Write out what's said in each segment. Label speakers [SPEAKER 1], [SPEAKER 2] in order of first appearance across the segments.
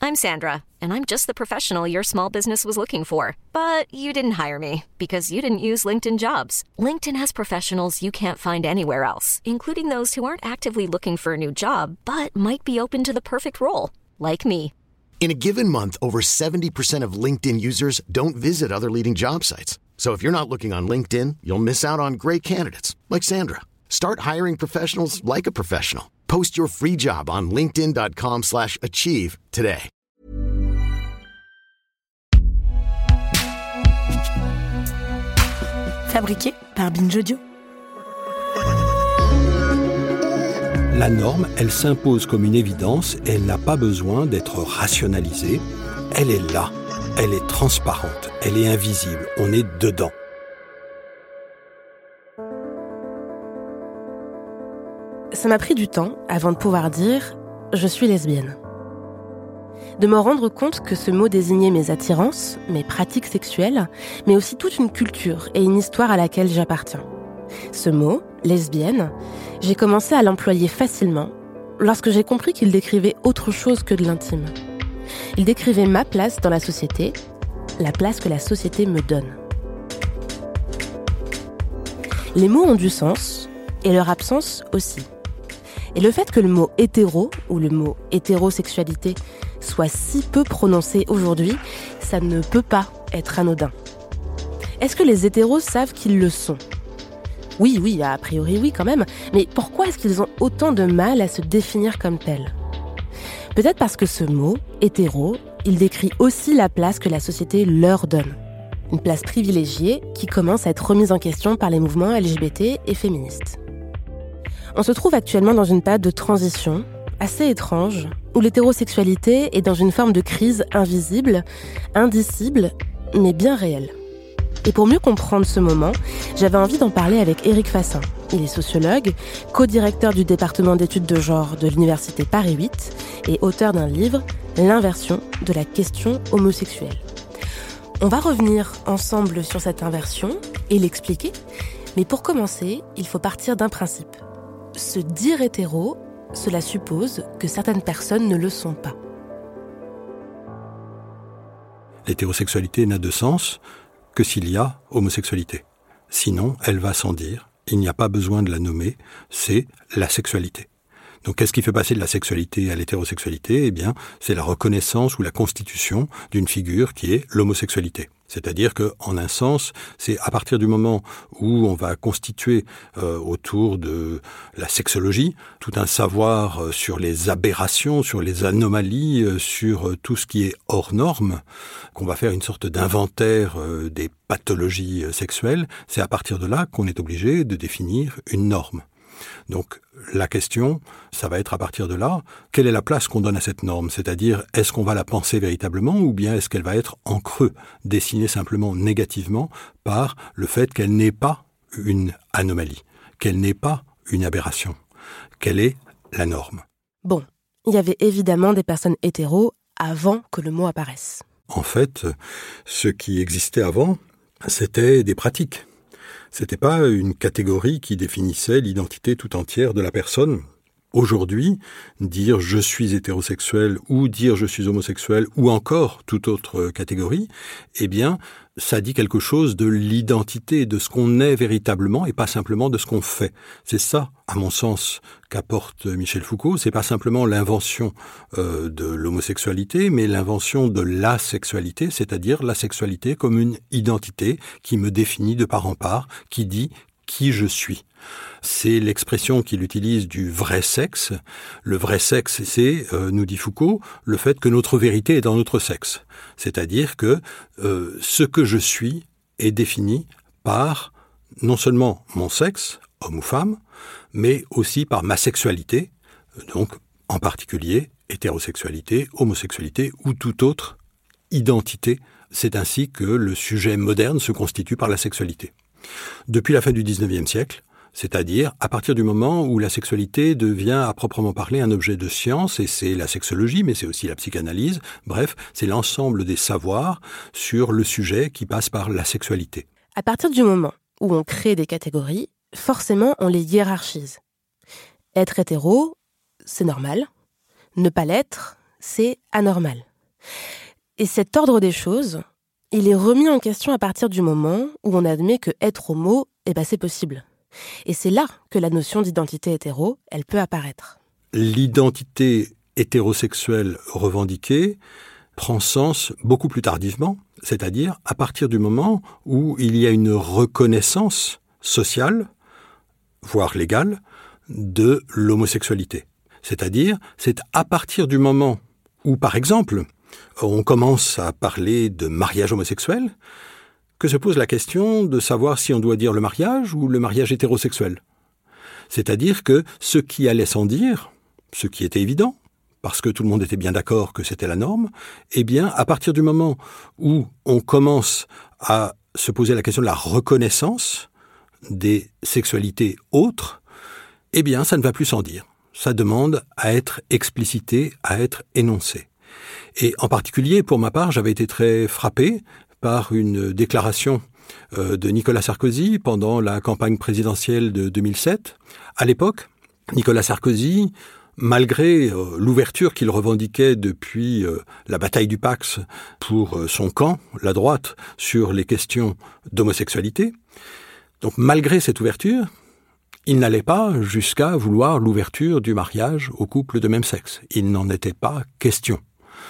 [SPEAKER 1] I'm Sandra, and I'm just the professional your small business was looking for. But you didn't hire me because you didn't use LinkedIn Jobs. LinkedIn has professionals you can't find anywhere else, including those who aren't actively looking for a new job, but might be open to the perfect role, like me.
[SPEAKER 2] In a given month, over 70% of LinkedIn users don't visit other leading job sites. So if you're not looking on LinkedIn, you'll miss out on great candidates like Sandra. Start hiring professionals like a professional. Post your free job on linkedin.com/achieve today.
[SPEAKER 3] Fabriqué par Binge Audio.
[SPEAKER 4] La norme, elle s'impose comme une évidence et elle n'a pas besoin d'être rationalisée. Elle est là, elle est transparente, elle est invisible, on est dedans.
[SPEAKER 3] Ça m'a pris du temps avant de pouvoir dire « je suis lesbienne ». De me rendre compte que ce mot désignait mes attirances, mes pratiques sexuelles, mais aussi toute une culture et une histoire à laquelle j'appartiens. Ce mot, lesbienne, j'ai commencé à l'employer facilement lorsque j'ai compris qu'il décrivait autre chose que de l'intime. Il décrivait ma place dans la société, la place que la société me donne. Les mots ont du sens, et leur absence aussi. Et le fait que le mot hétéro, ou le mot hétérosexualité, soit si peu prononcé aujourd'hui, ça ne peut pas être anodin. Est-ce que les hétéros savent qu'ils le sont ? Oui, a priori oui quand même, mais pourquoi est-ce qu'ils ont autant de mal à se définir comme tels ? Peut-être parce que ce mot, hétéro, il décrit aussi la place que la société leur donne. Une place privilégiée qui commence à être remise en question par les mouvements LGBT et féministes. On se trouve actuellement dans une période de transition assez étrange, où l'hétérosexualité est dans une forme de crise invisible, indicible, mais bien réelle. Et pour mieux comprendre ce moment, j'avais envie d'en parler avec Éric Fassin. Il est sociologue, co-directeur du département d'études de genre de l'Université Paris 8 et auteur d'un livre, L'inversion de la question homosexuelle. On va revenir ensemble sur cette inversion et l'expliquer, mais pour commencer, il faut partir d'un principe. Se dire hétéro, cela suppose que certaines personnes ne le sont pas.
[SPEAKER 4] L'hétérosexualité n'a de sens que s'il y a homosexualité. Sinon, elle va sans dire, il n'y a pas besoin de la nommer, c'est la sexualité. Donc qu'est-ce qui fait passer de la sexualité à l'hétérosexualité ? Eh bien, c'est la reconnaissance ou la constitution d'une figure qui est l'homosexualité. C'est-à-dire qu'en un sens, c'est à partir du moment où on va constituer autour de la sexologie tout un savoir sur les aberrations, sur les anomalies, sur tout ce qui est hors norme, qu'on va faire une sorte d'inventaire des pathologies sexuelles, c'est à partir de là qu'on est obligé de définir une norme. Donc la question, ça va être à partir de là, quelle est la place qu'on donne à cette norme ? C'est-à-dire, est-ce qu'on va la penser véritablement ou bien est-ce qu'elle va être en creux, dessinée simplement négativement par le fait qu'elle n'est pas une anomalie, qu'elle n'est pas une aberration, qu'elle est la norme.
[SPEAKER 3] Bon, il y avait évidemment des personnes hétéros avant que le mot apparaisse.
[SPEAKER 4] En fait, ce qui existait avant, c'était des pratiques. C'était pas une catégorie qui définissait l'identité tout entière de la personne. Aujourd'hui, dire « je suis hétérosexuel » ou dire « je suis homosexuel » ou encore toute autre catégorie, eh bien, ça dit quelque chose de l'identité, de ce qu'on est véritablement et pas simplement de ce qu'on fait. C'est ça, à mon sens, qu'apporte Michel Foucault. C'est pas simplement l'invention de l'homosexualité, mais l'invention de la sexualité, c'est-à-dire la sexualité comme une identité qui me définit de part en part, qui dit qui je suis. C'est l'expression qu'il utilise du vrai sexe. Le vrai sexe, c'est, nous dit Foucault, le fait que notre vérité est dans notre sexe. C'est-à-dire que ce que je suis est défini par non seulement mon sexe, homme ou femme, mais aussi par ma sexualité, donc en particulier hétérosexualité, homosexualité ou toute autre identité. C'est ainsi que le sujet moderne se constitue par la sexualité. Depuis la fin du XIXe siècle, c'est-à-dire à partir du moment où la sexualité devient à proprement parler un objet de science, et c'est la sexologie, mais c'est aussi la psychanalyse, bref, c'est l'ensemble des savoirs sur le sujet qui passe par la sexualité.
[SPEAKER 3] À partir du moment où on crée des catégories, forcément on les hiérarchise. Être hétéro, c'est normal. Ne pas l'être, c'est anormal. Et cet ordre des choses, il est remis en question à partir du moment où on admet que être homo, c'est possible. Et c'est là que la notion d'identité hétéro, elle peut apparaître.
[SPEAKER 4] L'identité hétérosexuelle revendiquée prend sens beaucoup plus tardivement, c'est-à-dire à partir du moment où il y a une reconnaissance sociale, voire légale, de l'homosexualité. C'est-à-dire, c'est à partir du moment où, par exemple, on commence à parler de mariage homosexuel, que se pose la question de savoir si on doit dire le mariage ou le mariage hétérosexuel. C'est-à-dire que ce qui allait sans dire, ce qui était évident, parce que tout le monde était bien d'accord que c'était la norme, eh bien, à partir du moment où on commence à se poser la question de la reconnaissance des sexualités autres, eh bien, ça ne va plus sans dire. Ça demande à être explicité, à être énoncé. Et en particulier, pour ma part, j'avais été très frappé par une déclaration de Nicolas Sarkozy pendant la campagne présidentielle de 2007. À l'époque, Nicolas Sarkozy, malgré l'ouverture qu'il revendiquait depuis la bataille du Pax pour son camp, la droite, sur les questions d'homosexualité, donc malgré cette ouverture, il n'allait pas jusqu'à vouloir l'ouverture du mariage aux couples de même sexe. Il n'en était pas question.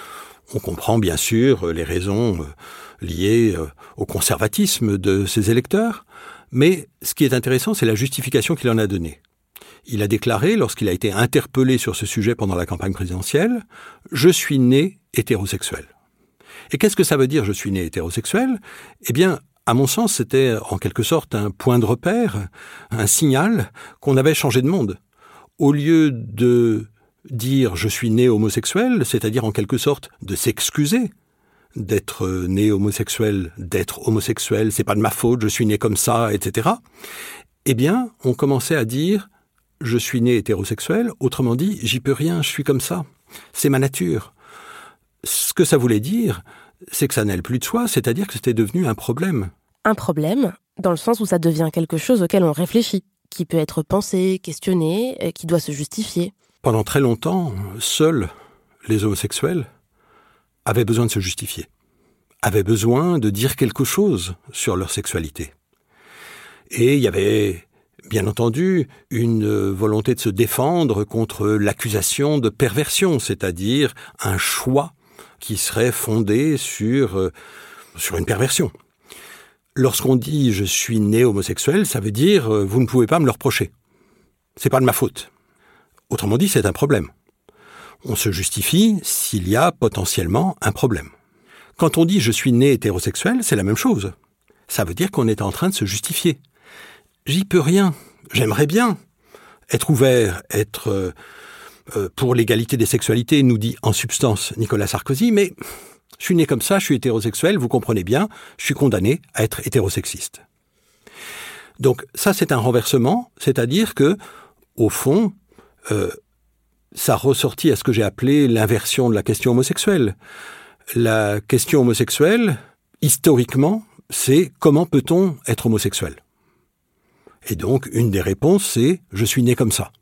[SPEAKER 4] On comprend bien sûr les raisons liées au conservatisme de ses électeurs, mais ce qui est intéressant, c'est la justification qu'il en a donnée. Il a déclaré, lorsqu'il a été interpellé sur ce sujet pendant la campagne présidentielle, « Je suis né hétérosexuel ». Et qu'est-ce que ça veut dire « je suis né hétérosexuel » Eh bien, à mon sens, c'était en quelque sorte un point de repère, un signal qu'on avait changé de monde. Au lieu de dire « je suis né homosexuel », c'est-à-dire en quelque sorte de s'excuser d'être né homosexuel, d'être homosexuel, c'est pas de ma faute, je suis né comme ça, etc. Eh bien, on commençait à dire « je suis né hétérosexuel », autrement dit « j'y peux rien, je suis comme ça, c'est ma nature ». Ce que ça voulait dire, c'est que ça n'allait plus de soi, c'est-à-dire que c'était devenu un problème.
[SPEAKER 3] Un problème, dans le sens où ça devient quelque chose auquel on réfléchit, qui peut être pensé, questionné, qui doit se justifier.
[SPEAKER 4] Pendant très longtemps, seuls les homosexuels avaient besoin de se justifier, avaient besoin de dire quelque chose sur leur sexualité. Et il y avait, bien entendu, une volonté de se défendre contre l'accusation de perversion, c'est-à-dire un choix qui serait fondé sur une perversion. Lorsqu'on dit « je suis né homosexuel », ça veut dire « vous ne pouvez pas me le reprocher. C'est pas de ma faute ». Autrement dit, c'est un problème. On se justifie s'il y a potentiellement un problème. Quand on dit « je suis né hétérosexuel », c'est la même chose. Ça veut dire qu'on est en train de se justifier. J'y peux rien. J'aimerais bien être ouvert, être pour l'égalité des sexualités, nous dit en substance Nicolas Sarkozy, mais je suis né comme ça, je suis hétérosexuel, vous comprenez bien, je suis condamné à être hétérosexiste. Donc ça, c'est un renversement, c'est-à-dire que, au fond, ça ressortit à ce que j'ai appelé l'inversion de la question homosexuelle. La question homosexuelle, historiquement, c'est comment peut-on être homosexuel ? Et donc, une des réponses, c'est « je suis né comme ça ».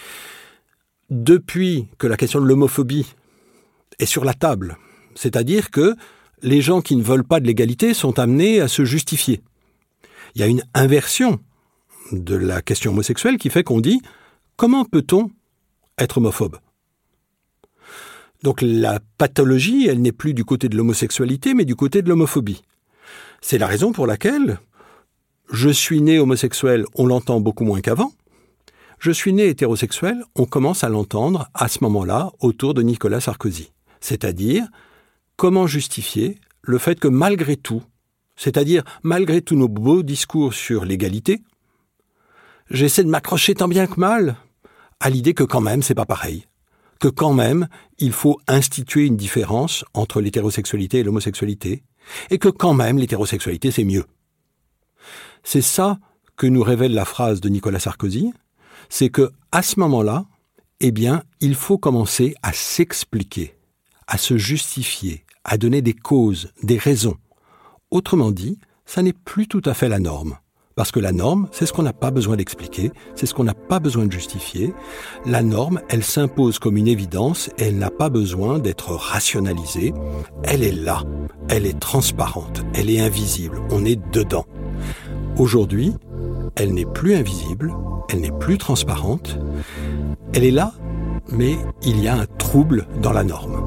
[SPEAKER 4] Depuis que la question de l'homophobie est sur la table, c'est-à-dire que les gens qui ne veulent pas de l'égalité sont amenés à se justifier. Il y a une inversion de la question homosexuelle qui fait qu'on dit « comment peut-on être homophobe ?» Donc la pathologie, elle n'est plus du côté de l'homosexualité, mais du côté de l'homophobie. C'est la raison pour laquelle je suis né homosexuel, on l'entend beaucoup moins qu'avant. Je suis né hétérosexuel, on commence à l'entendre à ce moment-là autour de Nicolas Sarkozy. C'est-à-dire, comment justifier le fait que malgré tout, c'est-à-dire malgré tous nos beaux discours sur l'égalité, j'essaie de m'accrocher tant bien que mal à l'idée que quand même c'est pas pareil, que quand même il faut instituer une différence entre l'hétérosexualité et l'homosexualité, et que quand même l'hétérosexualité c'est mieux. C'est ça que nous révèle la phrase de Nicolas Sarkozy, c'est que à ce moment-là, eh bien, il faut commencer à s'expliquer, à se justifier, à donner des causes, des raisons. Autrement dit, ça n'est plus tout à fait la norme. Parce que la norme, c'est ce qu'on n'a pas besoin d'expliquer, c'est ce qu'on n'a pas besoin de justifier. La norme, elle s'impose comme une évidence et elle n'a pas besoin d'être rationalisée. Elle est là, elle est transparente, elle est invisible, on est dedans. Aujourd'hui, elle n'est plus invisible, elle n'est plus transparente. Elle est là, mais il y a un trouble dans la norme.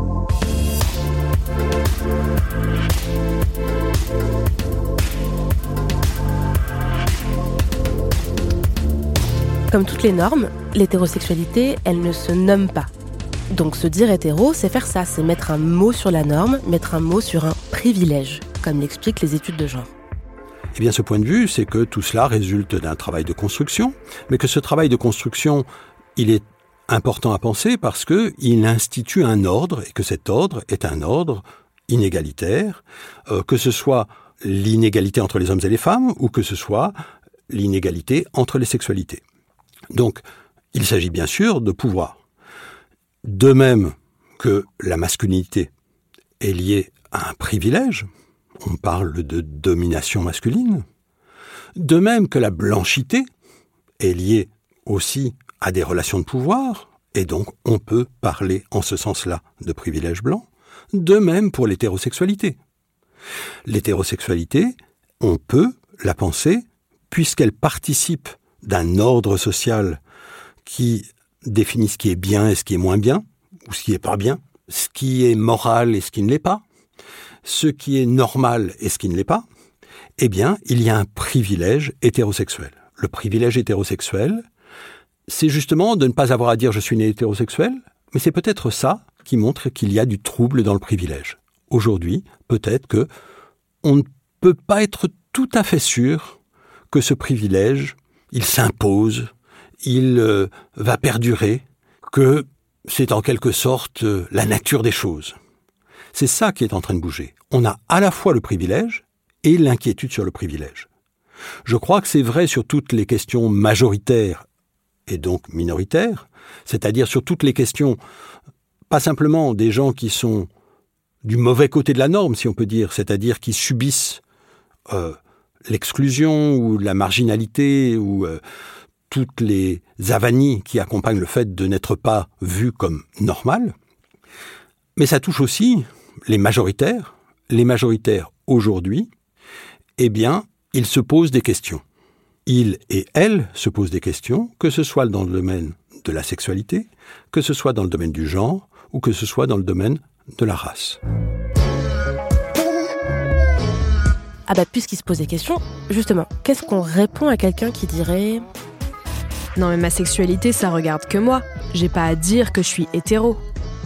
[SPEAKER 3] Comme toutes les normes, l'hétérosexualité, elle ne se nomme pas. Donc se dire hétéro, c'est faire ça, c'est mettre un mot sur la norme, mettre un mot sur un privilège, comme l'expliquent les études de genre.
[SPEAKER 4] Eh bien, ce point de vue, c'est que tout cela résulte d'un travail de construction, mais que ce travail de construction, il est important à penser parce qu'il institue un ordre, et que cet ordre est un ordre inégalitaire, que ce soit l'inégalité entre les hommes et les femmes, ou que ce soit l'inégalité entre les sexualités. Donc, il s'agit bien sûr de pouvoir. De même que la masculinité est liée à un privilège, on parle de domination masculine, de même que la blanchité est liée aussi à des relations de pouvoir, et donc on peut parler en ce sens-là de privilège blanc, de même pour l'hétérosexualité. L'hétérosexualité, on peut la penser, puisqu'elle participe d'un ordre social qui définit ce qui est bien et ce qui est moins bien, ou ce qui est pas bien, ce qui est moral et ce qui ne l'est pas, ce qui est normal et ce qui ne l'est pas, eh bien, il y a un privilège hétérosexuel. Le privilège hétérosexuel, c'est justement de ne pas avoir à dire « je suis né hétérosexuel », mais c'est peut-être ça qui montre qu'il y a du trouble dans le privilège. Aujourd'hui, peut-être que on ne peut pas être tout à fait sûr que ce privilège, il s'impose, il va perdurer, que c'est en quelque sorte la nature des choses. C'est ça qui est en train de bouger. On a à la fois le privilège et l'inquiétude sur le privilège. Je crois que c'est vrai sur toutes les questions majoritaires et donc minoritaires, c'est-à-dire sur toutes les questions, pas simplement des gens qui sont du mauvais côté de la norme, si on peut dire, c'est-à-dire qui subissent l'exclusion ou la marginalité ou toutes les avanies qui accompagnent le fait de n'être pas vu comme normal. Mais ça touche aussi les majoritaires. Les majoritaires aujourd'hui, eh bien, ils se posent des questions. Ils et elles se posent des questions, que ce soit dans le domaine de la sexualité, que ce soit dans le domaine du genre, ou que ce soit dans le domaine de la race.
[SPEAKER 3] Ah bah puisqu'il se pose des questions, justement, qu'est-ce qu'on répond à quelqu'un qui dirait «
[SPEAKER 5] Non mais ma sexualité, ça regarde que moi. J'ai pas à dire que je suis hétéro. »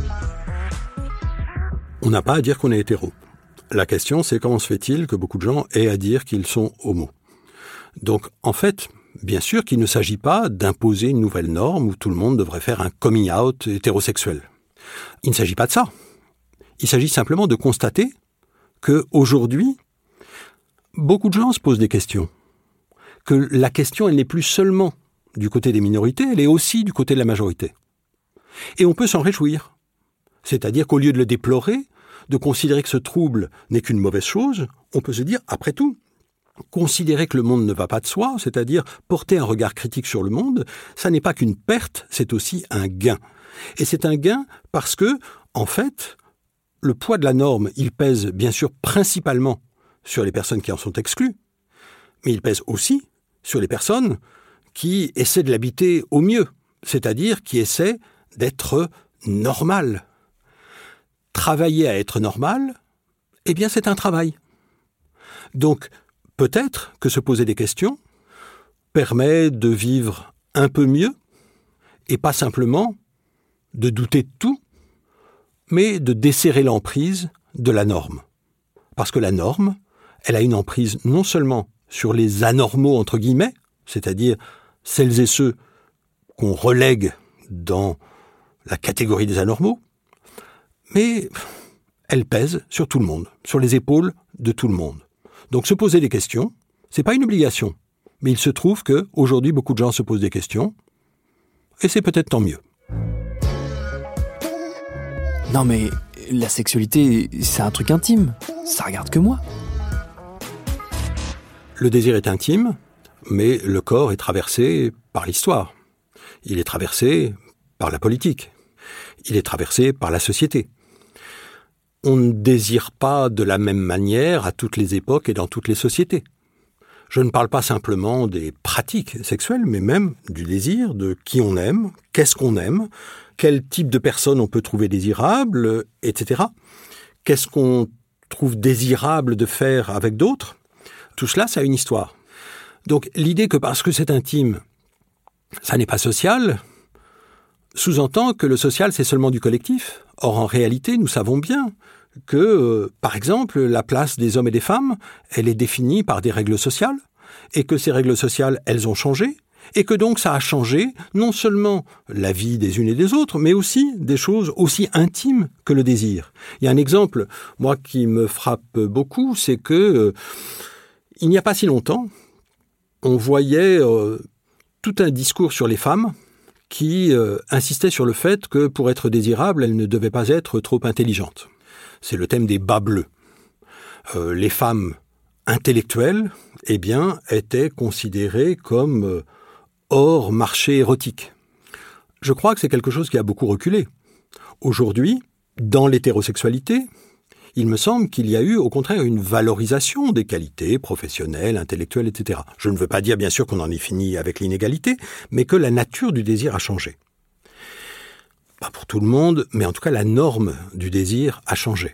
[SPEAKER 4] On n'a pas à dire qu'on est hétéro. La question, c'est comment se fait-il que beaucoup de gens aient à dire qu'ils sont homo. Donc, en fait, bien sûr qu'il ne s'agit pas d'imposer une nouvelle norme où tout le monde devrait faire un coming out hétérosexuel. Il ne s'agit pas de ça. Il s'agit simplement de constater qu'aujourd'hui, beaucoup de gens se posent des questions. Que la question, elle n'est plus seulement du côté des minorités, elle est aussi du côté de la majorité. Et on peut s'en réjouir. C'est-à-dire qu'au lieu de le déplorer, de considérer que ce trouble n'est qu'une mauvaise chose, on peut se dire, après tout, considérer que le monde ne va pas de soi, c'est-à-dire porter un regard critique sur le monde, ça n'est pas qu'une perte, c'est aussi un gain. Et c'est un gain parce que, en fait, le poids de la norme, il pèse bien sûr principalement sur les personnes qui en sont exclues, mais il pèse aussi sur les personnes qui essaient de l'habiter au mieux, c'est-à-dire qui essaient d'être normales. Travailler à être normal, eh bien c'est un travail. Donc, peut-être que se poser des questions permet de vivre un peu mieux et pas simplement de douter de tout, mais de desserrer l'emprise de la norme. Parce que la norme, elle a une emprise non seulement sur les anormaux, entre guillemets, c'est-à-dire celles et ceux qu'on relègue dans la catégorie des anormaux, mais elle pèse sur tout le monde, sur les épaules de tout le monde. Donc se poser des questions, c'est pas une obligation, mais il se trouve qu'aujourd'hui, beaucoup de gens se posent des questions, et c'est peut-être tant mieux.
[SPEAKER 6] Non mais la sexualité, c'est un truc intime, ça regarde que moi.
[SPEAKER 4] Le désir est intime, mais le corps est traversé par l'histoire. Il est traversé par la politique. Il est traversé par la société. On ne désire pas de la même manière à toutes les époques et dans toutes les sociétés. Je ne parle pas simplement des pratiques sexuelles, mais même du désir, de qui on aime, qu'est-ce qu'on aime, quel type de personne on peut trouver désirable, etc. Qu'est-ce qu'on trouve désirable de faire avec d'autres. Tout cela, ça a une histoire. Donc l'idée que parce que c'est intime, ça n'est pas social, sous-entend que le social, c'est seulement du collectif. Or, en réalité, nous savons bien que, par exemple, la place des hommes et des femmes, elle est définie par des règles sociales, et que ces règles sociales, elles ont changé, et que donc ça a changé non seulement la vie des unes et des autres, mais aussi des choses aussi intimes que le désir. Il y a un exemple, moi, qui me frappe beaucoup, c'est que il n'y a pas si longtemps, on voyait tout un discours sur les femmes qui insistait sur le fait que pour être désirable, elles ne devaient pas être trop intelligentes. C'est le thème des bas bleus. Les femmes intellectuelles, eh bien, étaient considérées comme hors marché érotique. Je crois que c'est quelque chose qui a beaucoup reculé. Aujourd'hui, dans l'hétérosexualité, il me semble qu'il y a eu, au contraire, une valorisation des qualités professionnelles, intellectuelles, etc. Je ne veux pas dire, bien sûr, qu'on en est fini avec l'inégalité, mais que la nature du désir a changé. Pas pour tout le monde, mais en tout cas, la norme du désir a changé.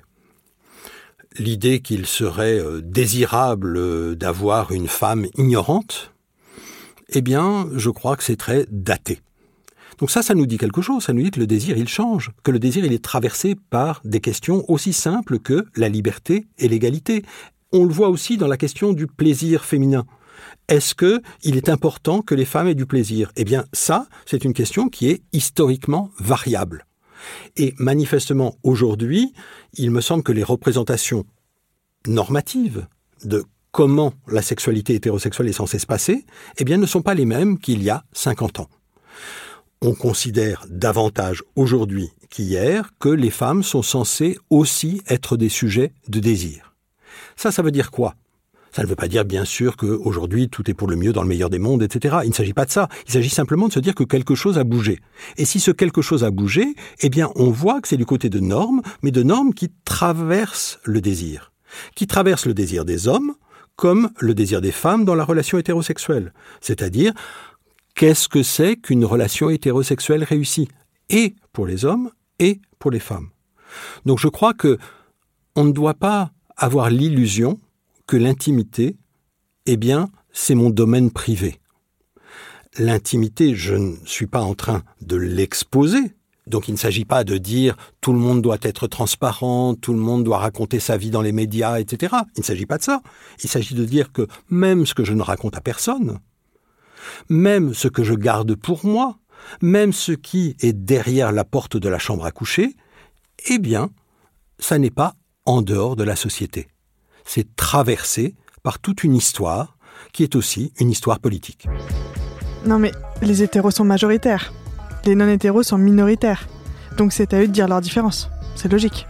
[SPEAKER 4] L'idée qu'il serait désirable d'avoir une femme ignorante, eh bien, je crois que c'est très daté. Donc ça nous dit quelque chose, ça nous dit que le désir, il change, que le désir, il est traversé par des questions aussi simples que la liberté et l'égalité. On le voit aussi dans la question du plaisir féminin. Est-ce qu'il est important que les femmes aient du plaisir ? Eh bien, ça, c'est une question qui est historiquement variable. Et manifestement, aujourd'hui, il me semble que les représentations normatives de comment la sexualité hétérosexuelle est censée se passer, eh bien, ne sont pas les mêmes qu'il y a 50 ans. On considère davantage aujourd'hui qu'hier que les femmes sont censées aussi être des sujets de désir. Ça veut dire quoi ? Ça ne veut pas dire, bien sûr, qu'aujourd'hui, tout est pour le mieux dans le meilleur des mondes, etc. Il ne s'agit pas de ça. Il s'agit simplement de se dire que quelque chose a bougé. Et si ce quelque chose a bougé, eh bien, on voit que c'est du côté de normes, mais de normes qui traversent le désir. Qui traversent le désir des hommes, comme le désir des femmes dans la relation hétérosexuelle. C'est-à-dire, qu'est-ce que c'est qu'une relation hétérosexuelle réussie ? Et pour les hommes, et pour les femmes. Donc je crois que on ne doit pas avoir l'illusion que l'intimité, eh bien, c'est mon domaine privé. L'intimité, je ne suis pas en train de l'exposer. Donc il ne s'agit pas de dire tout le monde doit être transparent, tout le monde doit raconter sa vie dans les médias, etc. Il ne s'agit pas de ça. Il s'agit de dire que même ce que je ne raconte à personne, même ce que je garde pour moi, même ce qui est derrière la porte de la chambre à coucher, eh bien, ça n'est pas en dehors de la société. C'est traversé par toute une histoire qui est aussi une histoire politique.
[SPEAKER 7] Non mais les hétéros sont majoritaires. Les non-hétéros sont minoritaires. Donc c'est à eux de dire leur différence. C'est logique.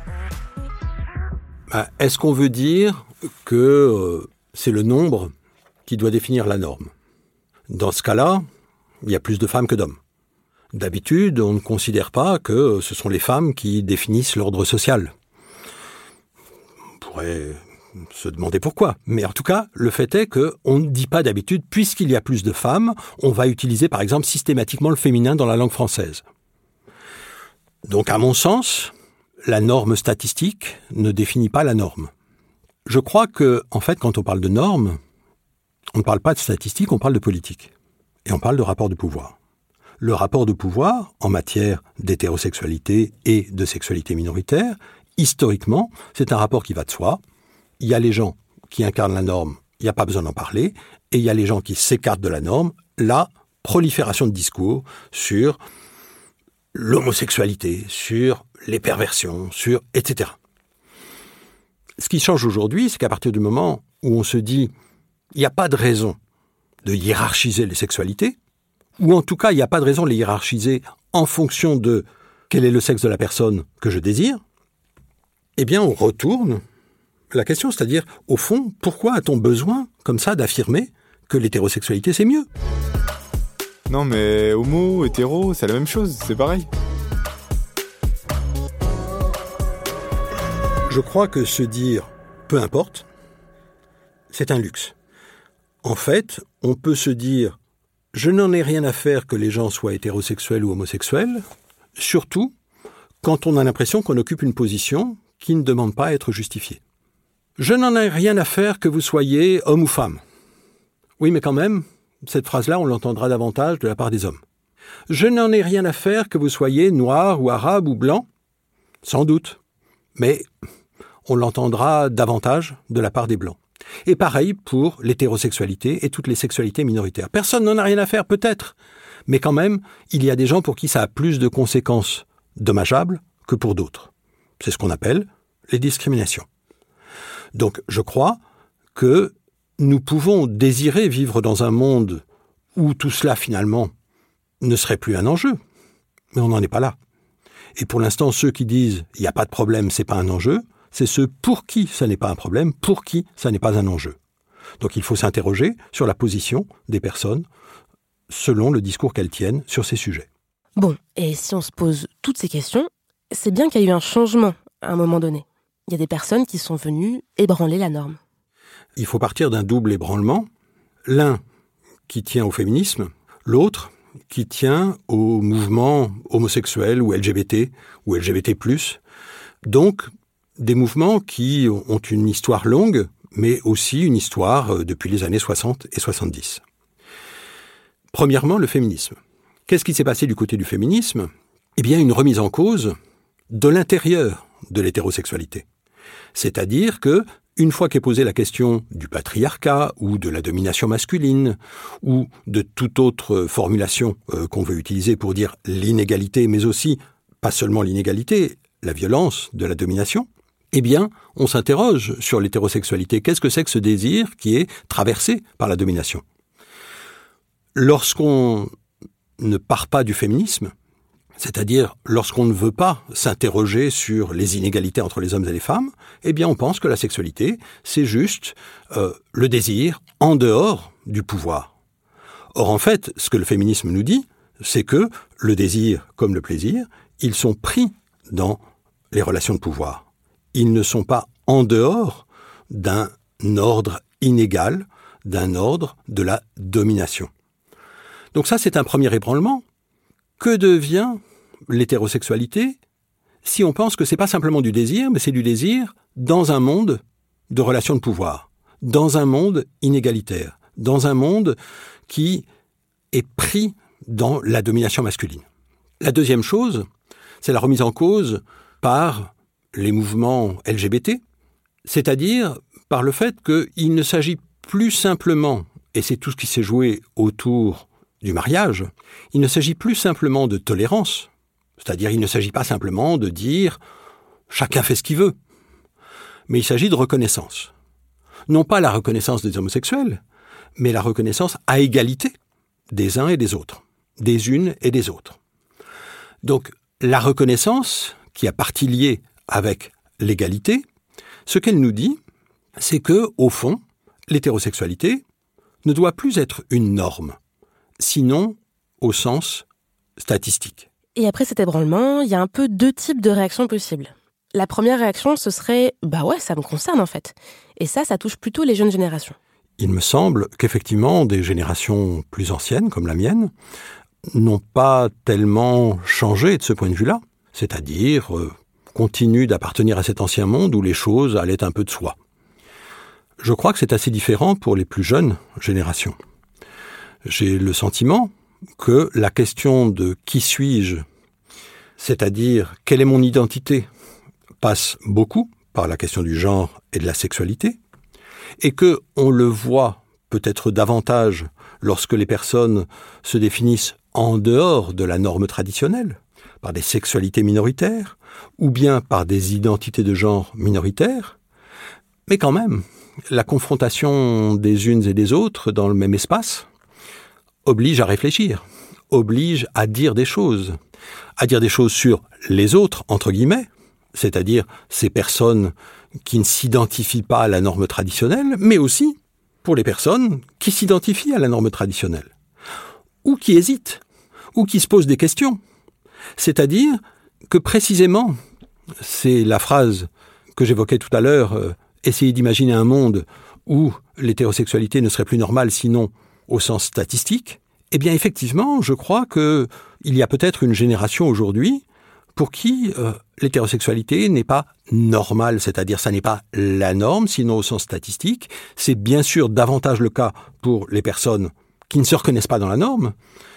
[SPEAKER 4] Est-ce qu'on veut dire que c'est le nombre qui doit définir la norme ? Dans ce cas-là, il y a plus de femmes que d'hommes. D'habitude, on ne considère pas que ce sont les femmes qui définissent l'ordre social. On pourrait se demander pourquoi. Mais en tout cas, le fait est qu'on ne dit pas d'habitude, puisqu'il y a plus de femmes, on va utiliser par exemple systématiquement le féminin dans la langue française. Donc à mon sens, la norme statistique ne définit pas la norme. Je crois que, en fait, quand on parle de normes, on ne parle pas de statistiques, on parle de politique. Et on parle de rapport de pouvoir. Le rapport de pouvoir, en matière d'hétérosexualité et de sexualité minoritaire, historiquement, c'est un rapport qui va de soi. Il y a les gens qui incarnent la norme, il n'y a pas besoin d'en parler, et il y a les gens qui s'écartent de la norme, la prolifération de discours sur l'homosexualité, sur les perversions, sur etc. Ce qui change aujourd'hui, c'est qu'à partir du moment où on se dit il n'y a pas de raison de hiérarchiser les sexualités, ou en tout cas il n'y a pas de raison de les hiérarchiser en fonction de quel est le sexe de la personne que je désire, eh bien on retourne la question, c'est-à-dire, au fond, pourquoi a-t-on besoin, comme ça, d'affirmer que l'hétérosexualité, c'est mieux ?
[SPEAKER 8] Non mais homo, hétéro, c'est la même chose, c'est pareil.
[SPEAKER 4] Je crois que se dire « peu importe », c'est un luxe. En fait, on peut se dire « je n'en ai rien à faire que les gens soient hétérosexuels ou homosexuels », surtout quand on a l'impression qu'on occupe une position qui ne demande pas à être justifiée. « Je n'en ai rien à faire que vous soyez homme ou femme ». Oui, mais quand même, cette phrase-là, on l'entendra davantage de la part des hommes. « Je n'en ai rien à faire que vous soyez noir ou arabe ou blanc ». Sans doute, mais on l'entendra davantage de la part des blancs. Et pareil pour l'hétérosexualité et toutes les sexualités minoritaires. Personne n'en a rien à faire, peut-être, mais quand même, il y a des gens pour qui ça a plus de conséquences dommageables que pour d'autres. C'est ce qu'on appelle les discriminations. Donc, je crois que nous pouvons désirer vivre dans un monde où tout cela, finalement, ne serait plus un enjeu. Mais on n'en est pas là. Et pour l'instant, ceux qui disent « il n'y a pas de problème, c'est pas un enjeu », c'est ceux pour qui ça n'est pas un problème, pour qui ça n'est pas un enjeu. Donc il faut s'interroger sur la position des personnes selon le discours qu'elles tiennent sur ces sujets.
[SPEAKER 3] Bon, et si on se pose toutes ces questions, c'est bien qu'il y a eu un changement à un moment donné. Il y a des personnes qui sont venues ébranler la norme.
[SPEAKER 4] Il faut partir d'un double ébranlement. L'un qui tient au féminisme, l'autre qui tient au mouvement homosexuel ou LGBT ou LGBT+. Donc, des mouvements qui ont une histoire longue, mais aussi une histoire depuis les années 60 et 70. Premièrement, le féminisme. Qu'est-ce qui s'est passé du côté du féminisme ? Eh bien, une remise en cause de l'intérieur de l'hétérosexualité. C'est-à-dire que, une fois qu'est posée la question du patriarcat ou de la domination masculine ou de toute autre formulation qu'on veut utiliser pour dire l'inégalité, mais aussi, pas seulement l'inégalité, la violence de la domination, eh bien, on s'interroge sur l'hétérosexualité. Qu'est-ce que c'est que ce désir qui est traversé par la domination ? Lorsqu'on ne part pas du féminisme, c'est-à-dire lorsqu'on ne veut pas s'interroger sur les inégalités entre les hommes et les femmes, eh bien on pense que la sexualité, c'est juste le désir en dehors du pouvoir. Or en fait, ce que le féminisme nous dit, c'est que le désir comme le plaisir, ils sont pris dans les relations de pouvoir. Ils ne sont pas en dehors d'un ordre inégal, d'un ordre de la domination. Donc ça, c'est un premier ébranlement. Que devient l'hétérosexualité si on pense que c'est pas simplement du désir, mais c'est du désir dans un monde de relations de pouvoir, dans un monde inégalitaire, dans un monde qui est pris dans la domination masculine. La deuxième chose, c'est la remise en cause par les mouvements LGBT, c'est-à-dire par le fait qu'il ne s'agit plus simplement, et c'est tout ce qui s'est joué autour du mariage, il ne s'agit plus simplement de tolérance, c'est-à-dire il ne s'agit pas simplement de dire « chacun fait ce qu'il veut », mais il s'agit de reconnaissance. Non pas la reconnaissance des homosexuels, mais la reconnaissance à égalité des uns et des autres, des unes et des autres. Donc la reconnaissance, qui a partie liée avec l'égalité, ce qu'elle nous dit, c'est que, au fond, l'hétérosexualité ne doit plus être une norme, sinon au sens statistique.
[SPEAKER 3] Et après cet ébranlement, il y a un peu deux types de réactions possibles. La première réaction, ce serait « bah ouais, ça me concerne en fait ». Et ça touche plutôt les jeunes générations.
[SPEAKER 4] Il me semble qu'effectivement, des générations plus anciennes, comme la mienne, n'ont pas tellement changé de ce point de vue-là. C'est-à-dire continuent d'appartenir à cet ancien monde où les choses allaient un peu de soi. Je crois que c'est assez différent pour les plus jeunes générations. J'ai le sentiment que la question de « qui suis-je ?», c'est-à-dire « quelle est mon identité ?», passe beaucoup par la question du genre et de la sexualité, et que on le voit peut-être davantage lorsque les personnes se définissent en dehors de la norme traditionnelle, par des sexualités minoritaires, ou bien par des identités de genre minoritaires, mais quand même, la confrontation des unes et des autres dans le même espace oblige à réfléchir, oblige à dire des choses sur les autres, entre guillemets, c'est-à-dire ces personnes qui ne s'identifient pas à la norme traditionnelle, mais aussi pour les personnes qui s'identifient à la norme traditionnelle, ou qui hésitent, ou qui se posent des questions. C'est-à-dire que précisément, c'est la phrase que j'évoquais tout à l'heure, essayer d'imaginer un monde où l'hétérosexualité ne serait plus normale, sinon au sens statistique. Eh bien, effectivement, je crois qu'il y a peut-être une génération aujourd'hui pour qui l'hétérosexualité n'est pas normale, c'est-à-dire ça n'est pas la norme, sinon au sens statistique. C'est bien sûr davantage le cas pour les personnes qui ne se reconnaissent pas dans la norme,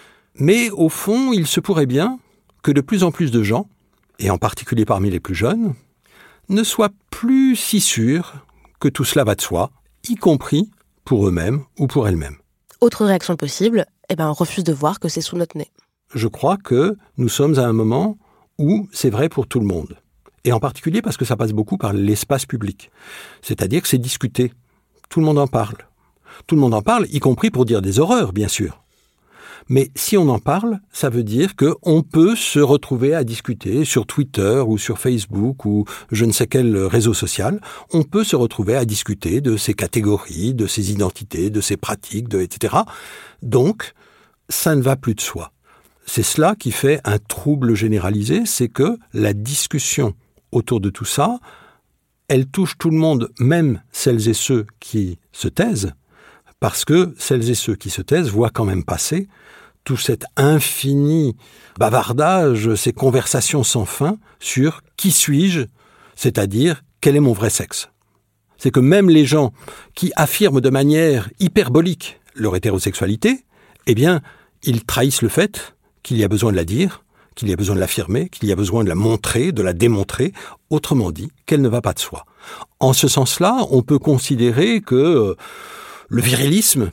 [SPEAKER 4] mais au fond, il se pourrait bien que de plus en plus de gens, et en particulier parmi les plus jeunes, ne soient plus si sûrs que tout cela va de soi, y compris pour eux-mêmes ou pour elles-mêmes.
[SPEAKER 3] Autre réaction possible, on refuse de voir que c'est sous notre nez.
[SPEAKER 4] Je crois que nous sommes à un moment où c'est vrai pour tout le monde. Et en particulier parce que ça passe beaucoup par l'espace public. C'est-à-dire que c'est discuté. Tout le monde en parle. Tout le monde en parle, y compris pour dire des horreurs, bien sûr. Mais si on en parle, ça veut dire qu'on peut se retrouver à discuter sur Twitter ou sur Facebook ou je ne sais quel réseau social. On peut se retrouver à discuter de ces catégories, de ces identités, de ces pratiques, etc. Donc, ça ne va plus de soi. C'est cela qui fait un trouble généralisé, c'est que la discussion autour de tout ça, elle touche tout le monde, même celles et ceux qui se taisent, parce que celles et ceux qui se taisent voient quand même passer tout cet infini bavardage, ces conversations sans fin sur qui suis-je, c'est-à-dire quel est mon vrai sexe. C'est que même les gens qui affirment de manière hyperbolique leur hétérosexualité, eh bien, ils trahissent le fait qu'il y a besoin de la dire, qu'il y a besoin de l'affirmer, qu'il y a besoin de la montrer, de la démontrer, autrement dit, qu'elle ne va pas de soi. En ce sens-là, on peut considérer que le virilisme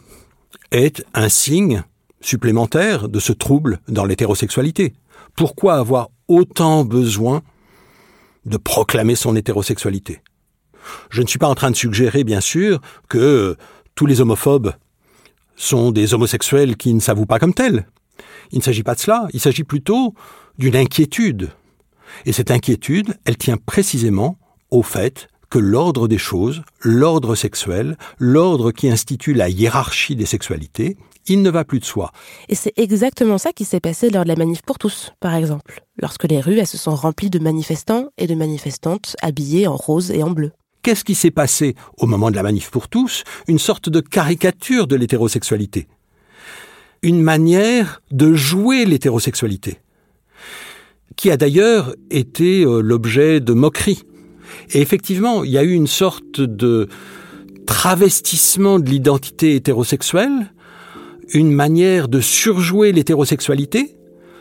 [SPEAKER 4] est un signe supplémentaire de ce trouble dans l'hétérosexualité. Pourquoi avoir autant besoin de proclamer son hétérosexualité ? Je ne suis pas en train de suggérer, bien sûr, que tous les homophobes sont des homosexuels qui ne s'avouent pas comme tels. Il ne s'agit pas de cela, il s'agit plutôt d'une inquiétude. Et cette inquiétude, elle tient précisément au fait que l'ordre des choses, l'ordre sexuel, l'ordre qui institue la hiérarchie des sexualités, il ne va plus de soi.
[SPEAKER 3] Et c'est exactement ça qui s'est passé lors de la manif pour tous, par exemple, lorsque les rues elles se sont remplies de manifestants et de manifestantes habillés en rose et en bleu.
[SPEAKER 4] Qu'est-ce qui s'est passé au moment de la manif pour tous ? Une sorte de caricature de l'hétérosexualité. Une manière de jouer l'hétérosexualité, qui a d'ailleurs été l'objet de moqueries. Et effectivement, il y a eu une sorte de travestissement de l'identité hétérosexuelle, une manière de surjouer l'hétérosexualité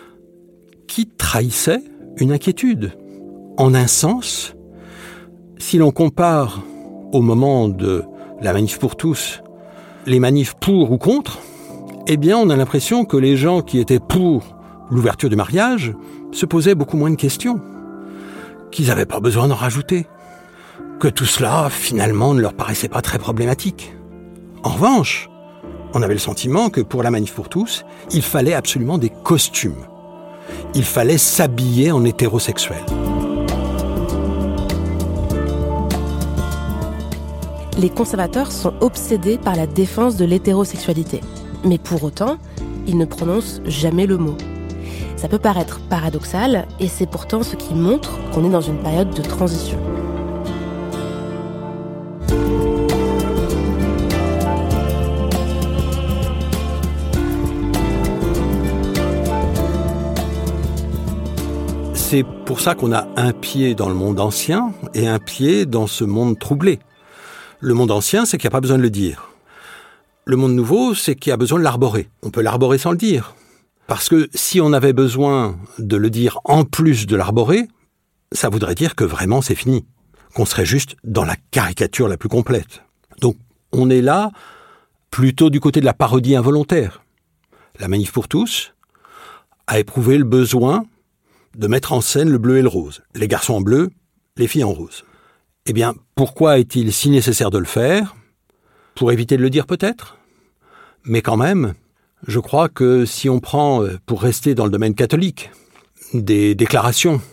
[SPEAKER 4] qui trahissait une inquiétude. En un sens, si l'on compare au moment de la manif pour tous, les manifs pour ou contre, eh bien on a l'impression que les gens qui étaient pour l'ouverture du mariage se posaient beaucoup moins de questions, qu'ils n'avaient pas besoin d'en rajouter, que tout cela finalement ne leur paraissait pas très problématique. En revanche, on avait le sentiment que pour la manif pour tous, il fallait absolument des costumes. Il fallait s'habiller en hétérosexuel.
[SPEAKER 3] Les conservateurs sont obsédés par la défense de l'hétérosexualité. Mais pour autant, ils ne prononcent jamais le mot. Ça peut paraître paradoxal, et c'est pourtant ce qui montre qu'on est dans une période de transition.
[SPEAKER 4] C'est pour ça qu'on a un pied dans le monde ancien et un pied dans ce monde troublé. Le monde ancien, c'est qu'il n'y a pas besoin de le dire. Le monde nouveau, c'est qu'il y a besoin de l'arborer. On peut l'arborer sans le dire. Parce que si on avait besoin de le dire en plus de l'arborer, ça voudrait dire que vraiment c'est fini. Qu'on serait juste dans la caricature la plus complète. Donc on est là plutôt du côté de la parodie involontaire. La manif pour tous a éprouvé le besoin de mettre en scène le bleu et le rose. Les garçons en bleu, les filles en rose. Eh bien, pourquoi est-il si nécessaire de le faire ? Pour éviter de le dire peut-être ? Mais quand même, je crois que si on prend, pour rester dans le domaine catholique, des déclarations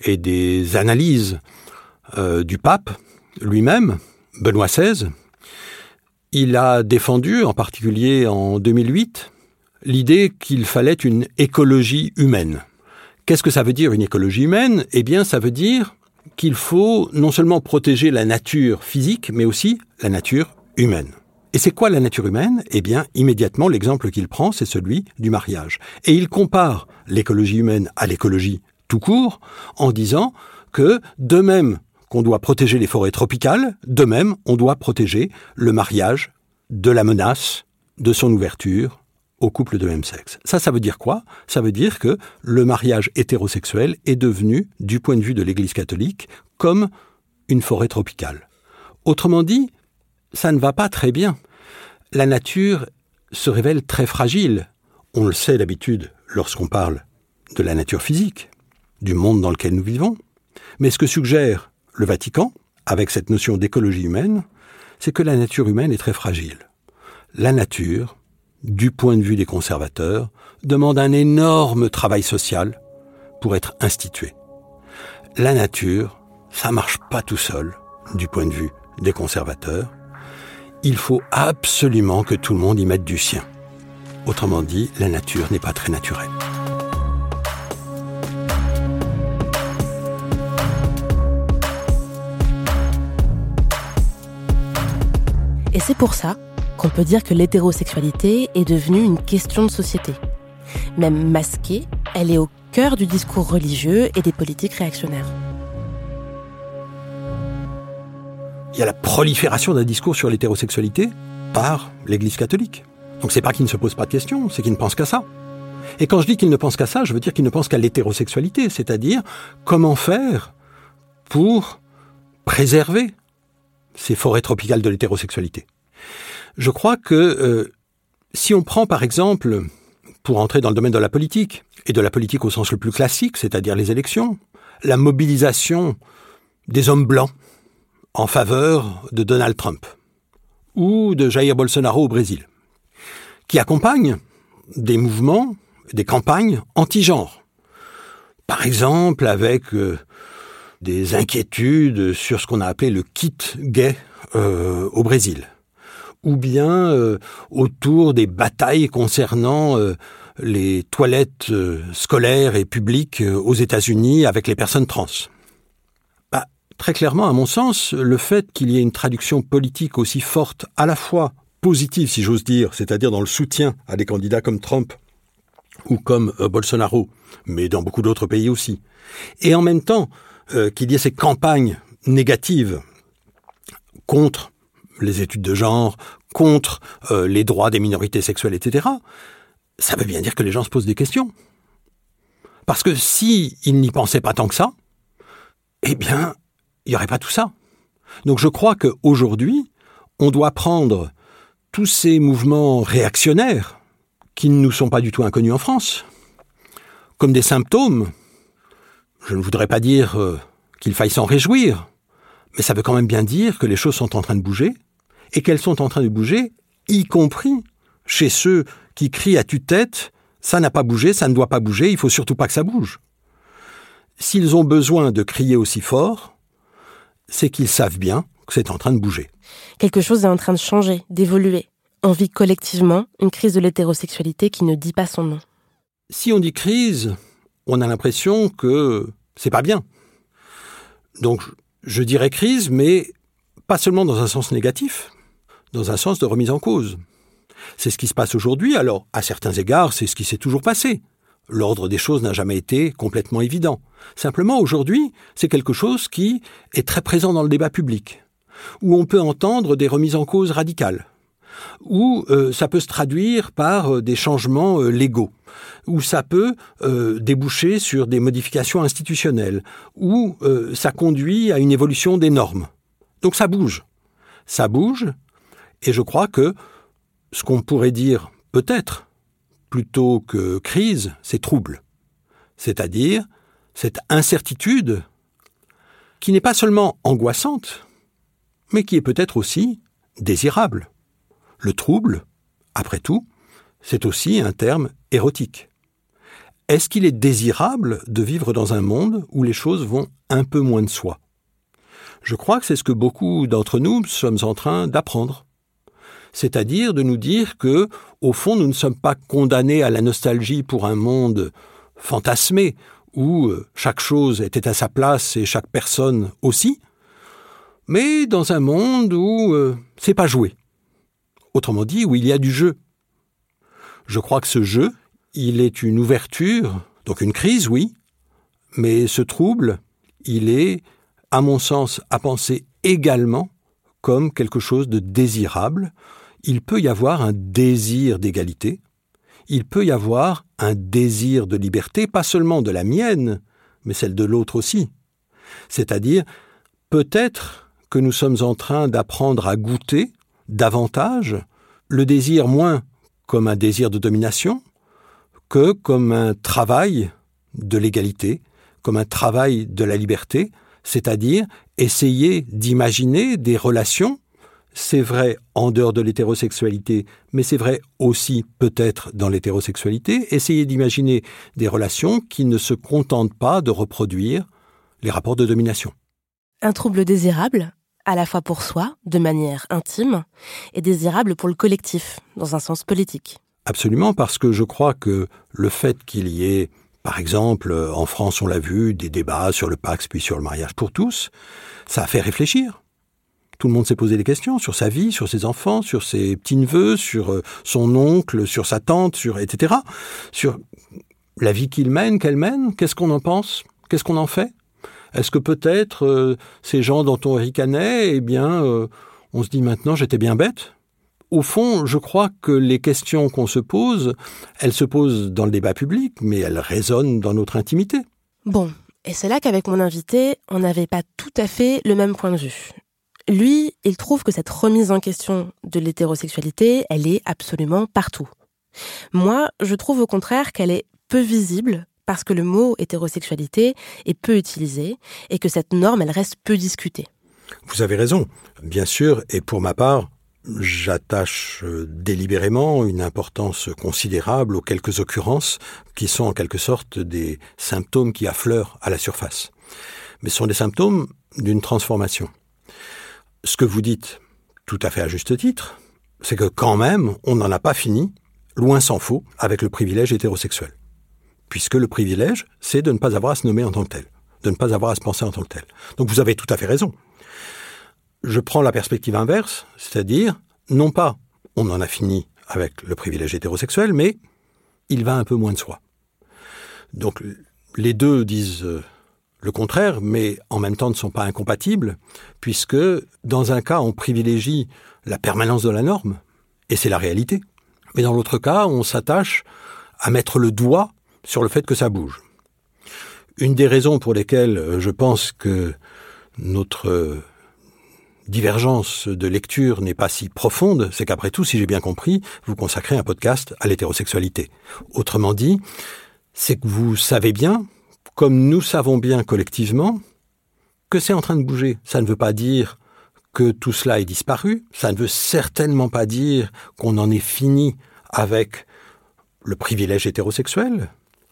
[SPEAKER 4] et des analyses du pape lui-même, Benoît XVI. Il a défendu, en particulier en 2008, l'idée qu'il fallait une écologie humaine. Qu'est-ce que ça veut dire, une écologie humaine ? Eh bien, ça veut dire qu'il faut non seulement protéger la nature physique, mais aussi la nature humaine. Et c'est quoi la nature humaine ? Eh bien, immédiatement, l'exemple qu'il prend, c'est celui du mariage. Et il compare l'écologie humaine à l'écologie tout court, en disant que, de même qu'on doit protéger les forêts tropicales, de même, on doit protéger le mariage de la menace de son ouverture aux couples de même sexe. Ça veut dire quoi ? Ça veut dire que le mariage hétérosexuel est devenu, du point de vue de l'Église catholique, comme une forêt tropicale. Autrement dit, ça ne va pas très bien. La nature se révèle très fragile. On le sait d'habitude lorsqu'on parle de la nature physique, du monde dans lequel nous vivons. Mais ce que suggère le Vatican, avec cette notion d'écologie humaine, c'est que la nature humaine est très fragile. La nature, du point de vue des conservateurs, demande un énorme travail social pour être instituée. La nature, ça marche pas tout seul, du point de vue des conservateurs. Il faut absolument que tout le monde y mette du sien. Autrement dit, la nature n'est pas très naturelle.
[SPEAKER 3] Et c'est pour ça qu'on peut dire que l'hétérosexualité est devenue une question de société. Même masquée, elle est au cœur du discours religieux et des politiques réactionnaires.
[SPEAKER 4] Il y a la prolifération d'un discours sur l'hétérosexualité par l'Église catholique. Donc c'est pas qu'il ne se pose pas de questions, c'est qu'il ne pense qu'à ça. Et quand je dis qu'il ne pense qu'à ça, je veux dire qu'il ne pense qu'à l'hétérosexualité, c'est-à-dire comment faire pour préserver ces forêts tropicales de l'hétérosexualité. Je crois que si on prend par exemple, pour entrer dans le domaine de la politique, et de la politique au sens le plus classique, c'est-à-dire les élections, la mobilisation des hommes blancs en faveur de Donald Trump ou de Jair Bolsonaro au Brésil, qui accompagnent des mouvements, des campagnes anti-genre. Par exemple, avec des inquiétudes sur ce qu'on a appelé le kit gay au Brésil, ou bien autour des batailles concernant les toilettes scolaires et publiques aux États-Unis avec les personnes trans. Très clairement, à mon sens, le fait qu'il y ait une traduction politique aussi forte, à la fois positive, si j'ose dire, c'est-à-dire dans le soutien à des candidats comme Trump ou comme Bolsonaro, mais dans beaucoup d'autres pays aussi, et en même temps qu'il y ait ces campagnes négatives contre les études de genre, contre les droits des minorités sexuelles, etc., ça veut bien dire que les gens se posent des questions. Parce que s'ils n'y pensaient pas tant que ça, eh bien, il n'y aurait pas tout ça. Donc je crois qu'aujourd'hui, on doit prendre tous ces mouvements réactionnaires, qui ne nous sont pas du tout inconnus en France, comme des symptômes. Je ne voudrais pas dire qu'il faille s'en réjouir, mais ça veut quand même bien dire que les choses sont en train de bouger, et qu'elles sont en train de bouger, y compris chez ceux qui crient à tue-tête « ça n'a pas bougé, ça ne doit pas bouger, il ne faut surtout pas que ça bouge ». S'ils ont besoin de crier aussi fort, c'est qu'ils savent bien que c'est en train de bouger.
[SPEAKER 3] Quelque chose est en train de changer, d'évoluer. On vit collectivement une crise de l'hétérosexualité qui ne dit pas son nom.
[SPEAKER 4] Si on dit crise, on a l'impression que c'est pas bien. Donc, je dirais crise, mais pas seulement dans un sens négatif, dans un sens de remise en cause. C'est ce qui se passe aujourd'hui, alors, à certains égards, c'est ce qui s'est toujours passé. L'ordre des choses n'a jamais été complètement évident. Simplement, aujourd'hui, c'est quelque chose qui est très présent dans le débat public, où on peut entendre des remises en cause radicales, où ça peut se traduire par des changements légaux, où ça peut déboucher sur des modifications institutionnelles, où ça conduit à une évolution des normes. Donc ça bouge, et je crois que ce qu'on pourrait dire peut-être, plutôt que crise, c'est trouble. C'est-à-dire cette incertitude qui n'est pas seulement angoissante, mais qui est peut-être aussi désirable. Le trouble, après tout, c'est aussi un terme érotique. est-ce qu'il est désirable de vivre dans un monde où les choses vont un peu moins de soi ? Je crois que c'est ce que beaucoup d'entre nous sommes en train d'apprendre. C'est-à-dire de nous dire que, au fond, nous ne sommes pas condamnés à la nostalgie pour un monde fantasmé, où chaque chose était à sa place et chaque personne aussi, mais dans un monde où c'est pas joué. Autrement dit, où il y a du jeu. Je crois que ce jeu, il est une ouverture, donc une crise, oui, mais ce trouble, il est, à mon sens, à penser également comme quelque chose de désirable. Il peut y avoir un désir d'égalité, il peut y avoir un désir de liberté, pas seulement de la mienne, mais celle de l'autre aussi. C'est-à-dire, peut-être que nous sommes en train d'apprendre à goûter davantage le désir moins comme un désir de domination que comme un travail de l'égalité, comme un travail de la liberté, c'est-à-dire essayer d'imaginer des relations. C'est vrai en dehors de l'hétérosexualité, mais c'est vrai aussi peut-être dans l'hétérosexualité, essayer d'imaginer des relations qui ne se contentent pas de reproduire les rapports de domination.
[SPEAKER 3] Un trouble désirable, à la fois pour soi, de manière intime, et désirable pour le collectif, dans un sens politique.
[SPEAKER 4] Absolument, parce que je crois que le fait qu'il y ait, par exemple, en France, on l'a vu, des débats sur le Pacs, puis sur le mariage pour tous, ça a fait réfléchir. Tout le monde s'est posé des questions sur sa vie, sur ses enfants, sur ses petits-neveux, sur son oncle, sur sa tante, etc. Sur la vie qu'il mène, qu'elle mène, qu'est-ce qu'on en pense ? Qu'est-ce qu'on en fait ? Est-ce que peut-être ces gens dont on ricanait, on se dit maintenant j'étais bien bête ? Au fond, je crois que les questions qu'on se pose, elles se posent dans le débat public, mais elles résonnent dans notre intimité.
[SPEAKER 3] Bon, et c'est là qu'avec mon invité, on n'avait pas tout à fait le même point de vue. Lui, il trouve que cette remise en question de l'hétérosexualité, elle est absolument partout. Moi, je trouve au contraire qu'elle est peu visible parce que le mot hétérosexualité est peu utilisé et que cette norme, elle reste peu discutée.
[SPEAKER 4] Vous avez raison, bien sûr, et pour ma part, j'attache délibérément une importance considérable aux quelques occurrences qui sont en quelque sorte des symptômes qui affleurent à la surface. Mais ce sont des symptômes d'une transformation. Ce que vous dites, tout à fait à juste titre, c'est que quand même, on n'en a pas fini, loin s'en faut, avec le privilège hétérosexuel. Puisque le privilège, c'est de ne pas avoir à se nommer en tant que tel, de ne pas avoir à se penser en tant que tel. Donc vous avez tout à fait raison. Je prends la perspective inverse, c'est-à-dire, non pas on en a fini avec le privilège hétérosexuel, mais il va un peu moins de soi. Donc les deux disent le contraire, mais en même temps ne sont pas incompatibles, puisque dans un cas, on privilégie la permanence de la norme, et c'est la réalité. Mais dans l'autre cas, on s'attache à mettre le doigt sur le fait que ça bouge. Une des raisons pour lesquelles je pense que notre divergence de lecture n'est pas si profonde, c'est qu'après tout, si j'ai bien compris, vous consacrez un podcast à l'hétérosexualité. Autrement dit, c'est que vous savez bien, comme nous savons bien collectivement, que c'est en train de bouger. Ça ne veut pas dire que tout cela est disparu, ça ne veut certainement pas dire qu'on en est fini avec le privilège hétérosexuel,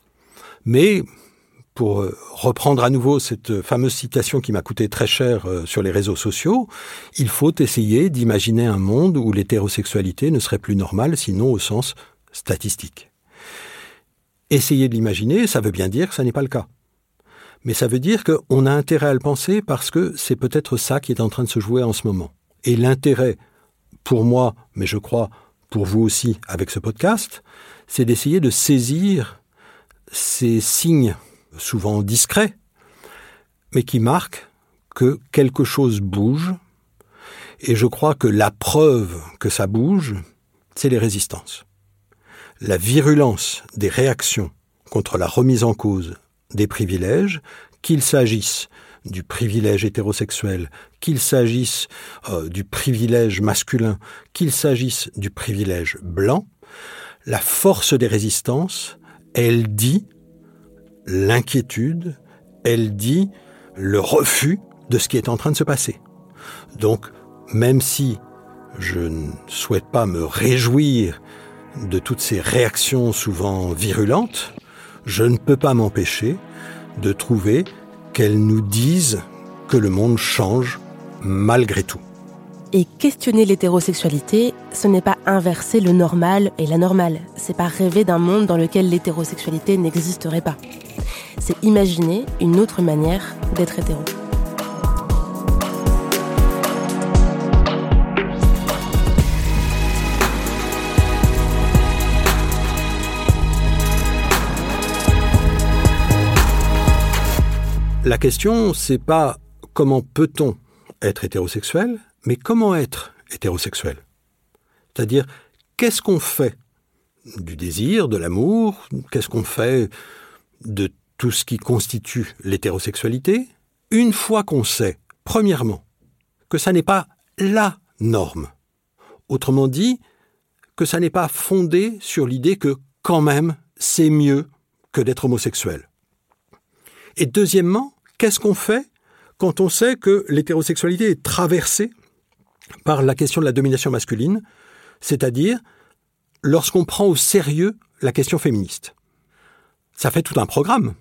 [SPEAKER 4] mais pour reprendre à nouveau cette fameuse citation qui m'a coûté très cher sur les réseaux sociaux, il faut essayer d'imaginer un monde où l'hétérosexualité ne serait plus normale, sinon au sens statistique. Essayer de l'imaginer, ça veut bien dire que ça n'est pas le cas. Mais ça veut dire qu'on a intérêt à le penser parce que c'est peut-être ça qui est en train de se jouer en ce moment. Et l'intérêt, pour moi, mais je crois pour vous aussi avec ce podcast, c'est d'essayer de saisir ces signes souvent discrets, mais qui marquent que quelque chose bouge. Et je crois que la preuve que ça bouge, c'est les résistances. La virulence des réactions contre la remise en cause des privilèges, qu'il s'agisse du privilège hétérosexuel, qu'il s'agisse du privilège masculin, qu'il s'agisse du privilège blanc, la force des résistances, elle dit l'inquiétude, elle dit le refus de ce qui est en train de se passer. Donc, même si je ne souhaite pas me réjouir de toutes ces réactions souvent virulentes, je ne peux pas m'empêcher de trouver qu'elles nous disent que le monde change malgré tout.
[SPEAKER 3] Et questionner l'hétérosexualité, ce n'est pas inverser le normal et la normale. C'est pas rêver d'un monde dans lequel l'hétérosexualité n'existerait pas. C'est imaginer une autre manière d'être hétéro.
[SPEAKER 4] La question, c'est pas comment peut-on être hétérosexuel, mais comment être hétérosexuel ? C'est-à-dire, qu'est-ce qu'on fait du désir, de l'amour ? Qu'est-ce qu'on fait de tout ce qui constitue l'hétérosexualité ? Une fois qu'on sait, premièrement, que ça n'est pas la norme. Autrement dit, que ça n'est pas fondé sur l'idée que, quand même, c'est mieux que d'être homosexuel. Et deuxièmement, qu'est-ce qu'on fait quand on sait que l'hétérosexualité est traversée par la question de la domination masculine, c'est-à-dire lorsqu'on prend au sérieux la question féministe. Ça fait tout un programme.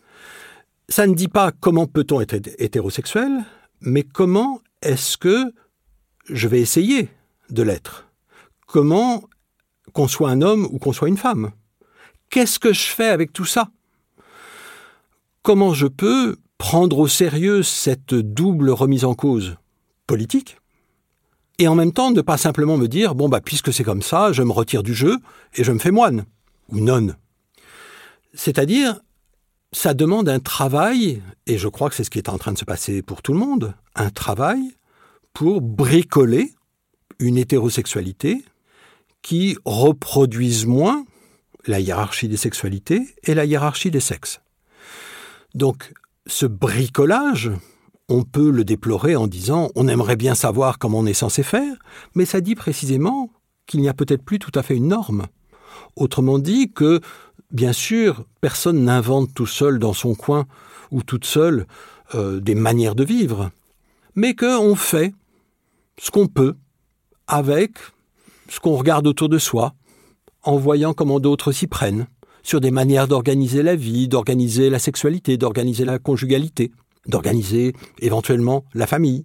[SPEAKER 4] Ça ne dit pas comment peut-on être hétérosexuel, mais comment est-ce que je vais essayer de l'être ? Comment qu'on soit un homme ou qu'on soit une femme ? Qu'est-ce que je fais avec tout ça ? Comment je peux prendre au sérieux cette double remise en cause politique et en même temps ne pas simplement me dire « puisque c'est comme ça, je me retire du jeu et je me fais moine ou nonne ». C'est-à-dire, ça demande un travail, et je crois que c'est ce qui est en train de se passer pour tout le monde, un travail pour bricoler une hétérosexualité qui reproduise moins la hiérarchie des sexualités et la hiérarchie des sexes. Donc, ce bricolage, on peut le déplorer en disant « on aimerait bien savoir comment on est censé faire », mais ça dit précisément qu'il n'y a peut-être plus tout à fait une norme. Autrement dit que, bien sûr, personne n'invente tout seul dans son coin ou toute seule des manières de vivre, mais qu'on fait ce qu'on peut avec ce qu'on regarde autour de soi, en voyant comment d'autres s'y prennent, sur des manières d'organiser la vie, d'organiser la sexualité, d'organiser la conjugalité, d'organiser éventuellement la famille.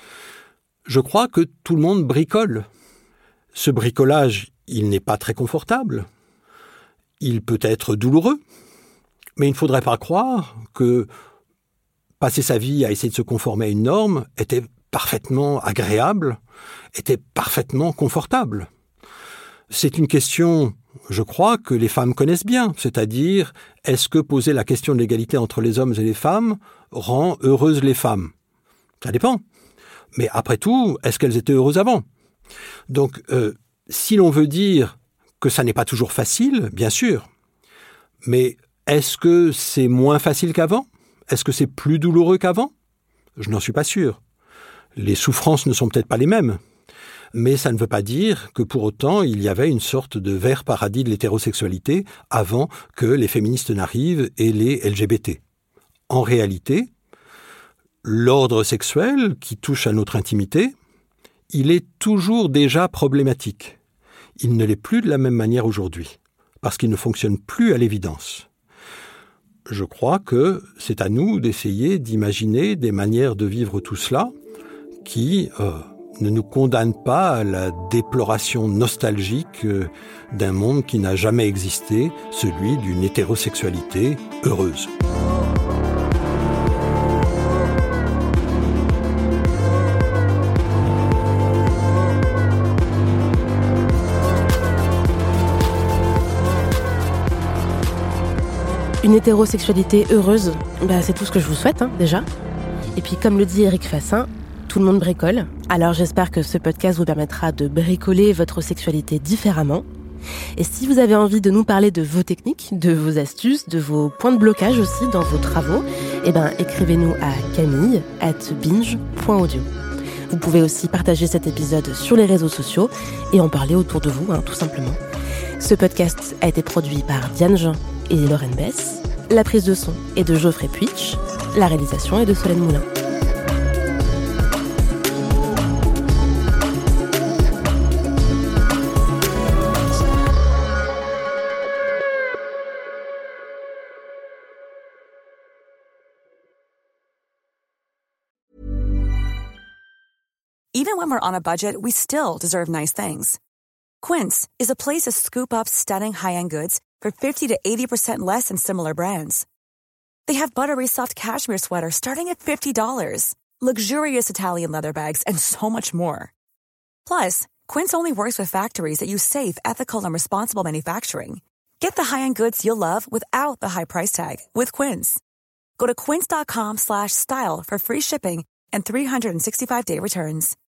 [SPEAKER 4] Je crois que tout le monde bricole. Ce bricolage, il n'est pas très confortable. Il peut être douloureux, mais il ne faudrait pas croire que passer sa vie à essayer de se conformer à une norme était parfaitement agréable, était parfaitement confortable. C'est une question, je crois, que les femmes connaissent bien, c'est-à-dire, est-ce que poser la question de l'égalité entre les hommes et les femmes rend heureuses les femmes ? Ça dépend. Mais après tout, est-ce qu'elles étaient heureuses avant ? Donc, si l'on veut dire que ça n'est pas toujours facile, bien sûr, mais est-ce que c'est moins facile qu'avant ? Est-ce que c'est plus douloureux qu'avant ? Je n'en suis pas sûr. Les souffrances ne sont peut-être pas les mêmes. Mais ça ne veut pas dire que pour autant il y avait une sorte de vert paradis de l'hétérosexualité avant que les féministes n'arrivent et les LGBT. En réalité, l'ordre sexuel qui touche à notre intimité, il est toujours déjà problématique. Il ne l'est plus de la même manière aujourd'hui, parce qu'il ne fonctionne plus à l'évidence. Je crois que c'est à nous d'essayer d'imaginer des manières de vivre tout cela qui ne nous condamne pas à la déploration nostalgique d'un monde qui n'a jamais existé, celui d'une hétérosexualité heureuse.
[SPEAKER 3] Une hétérosexualité heureuse, c'est tout ce que je vous souhaite, déjà. Et puis, comme le dit Éric Fassin, tout le monde bricole. Alors j'espère que ce podcast vous permettra de bricoler votre sexualité différemment. Et si vous avez envie de nous parler de vos techniques, de vos astuces, de vos points de blocage aussi dans vos travaux, écrivez-nous à camille@binge.audio. Vous pouvez aussi partager cet épisode sur les réseaux sociaux et en parler autour de vous, tout simplement. Ce podcast a été produit par Diane Jean et Lorraine Bess. La prise de son est de Geoffrey Puitch. La réalisation est de Solène Moulin.
[SPEAKER 9] Even when we're on a budget, we still deserve nice things. Quince is a place to scoop up stunning high-end goods for 50 to 80% less than similar brands. They have buttery soft cashmere sweaters starting at $50, luxurious Italian leather bags, and so much more. Plus, Quince only works with factories that use safe, ethical, and responsible manufacturing. Get the high-end goods you'll love without the high price tag with Quince. Go to quince.com/style for free shipping and 365-day returns.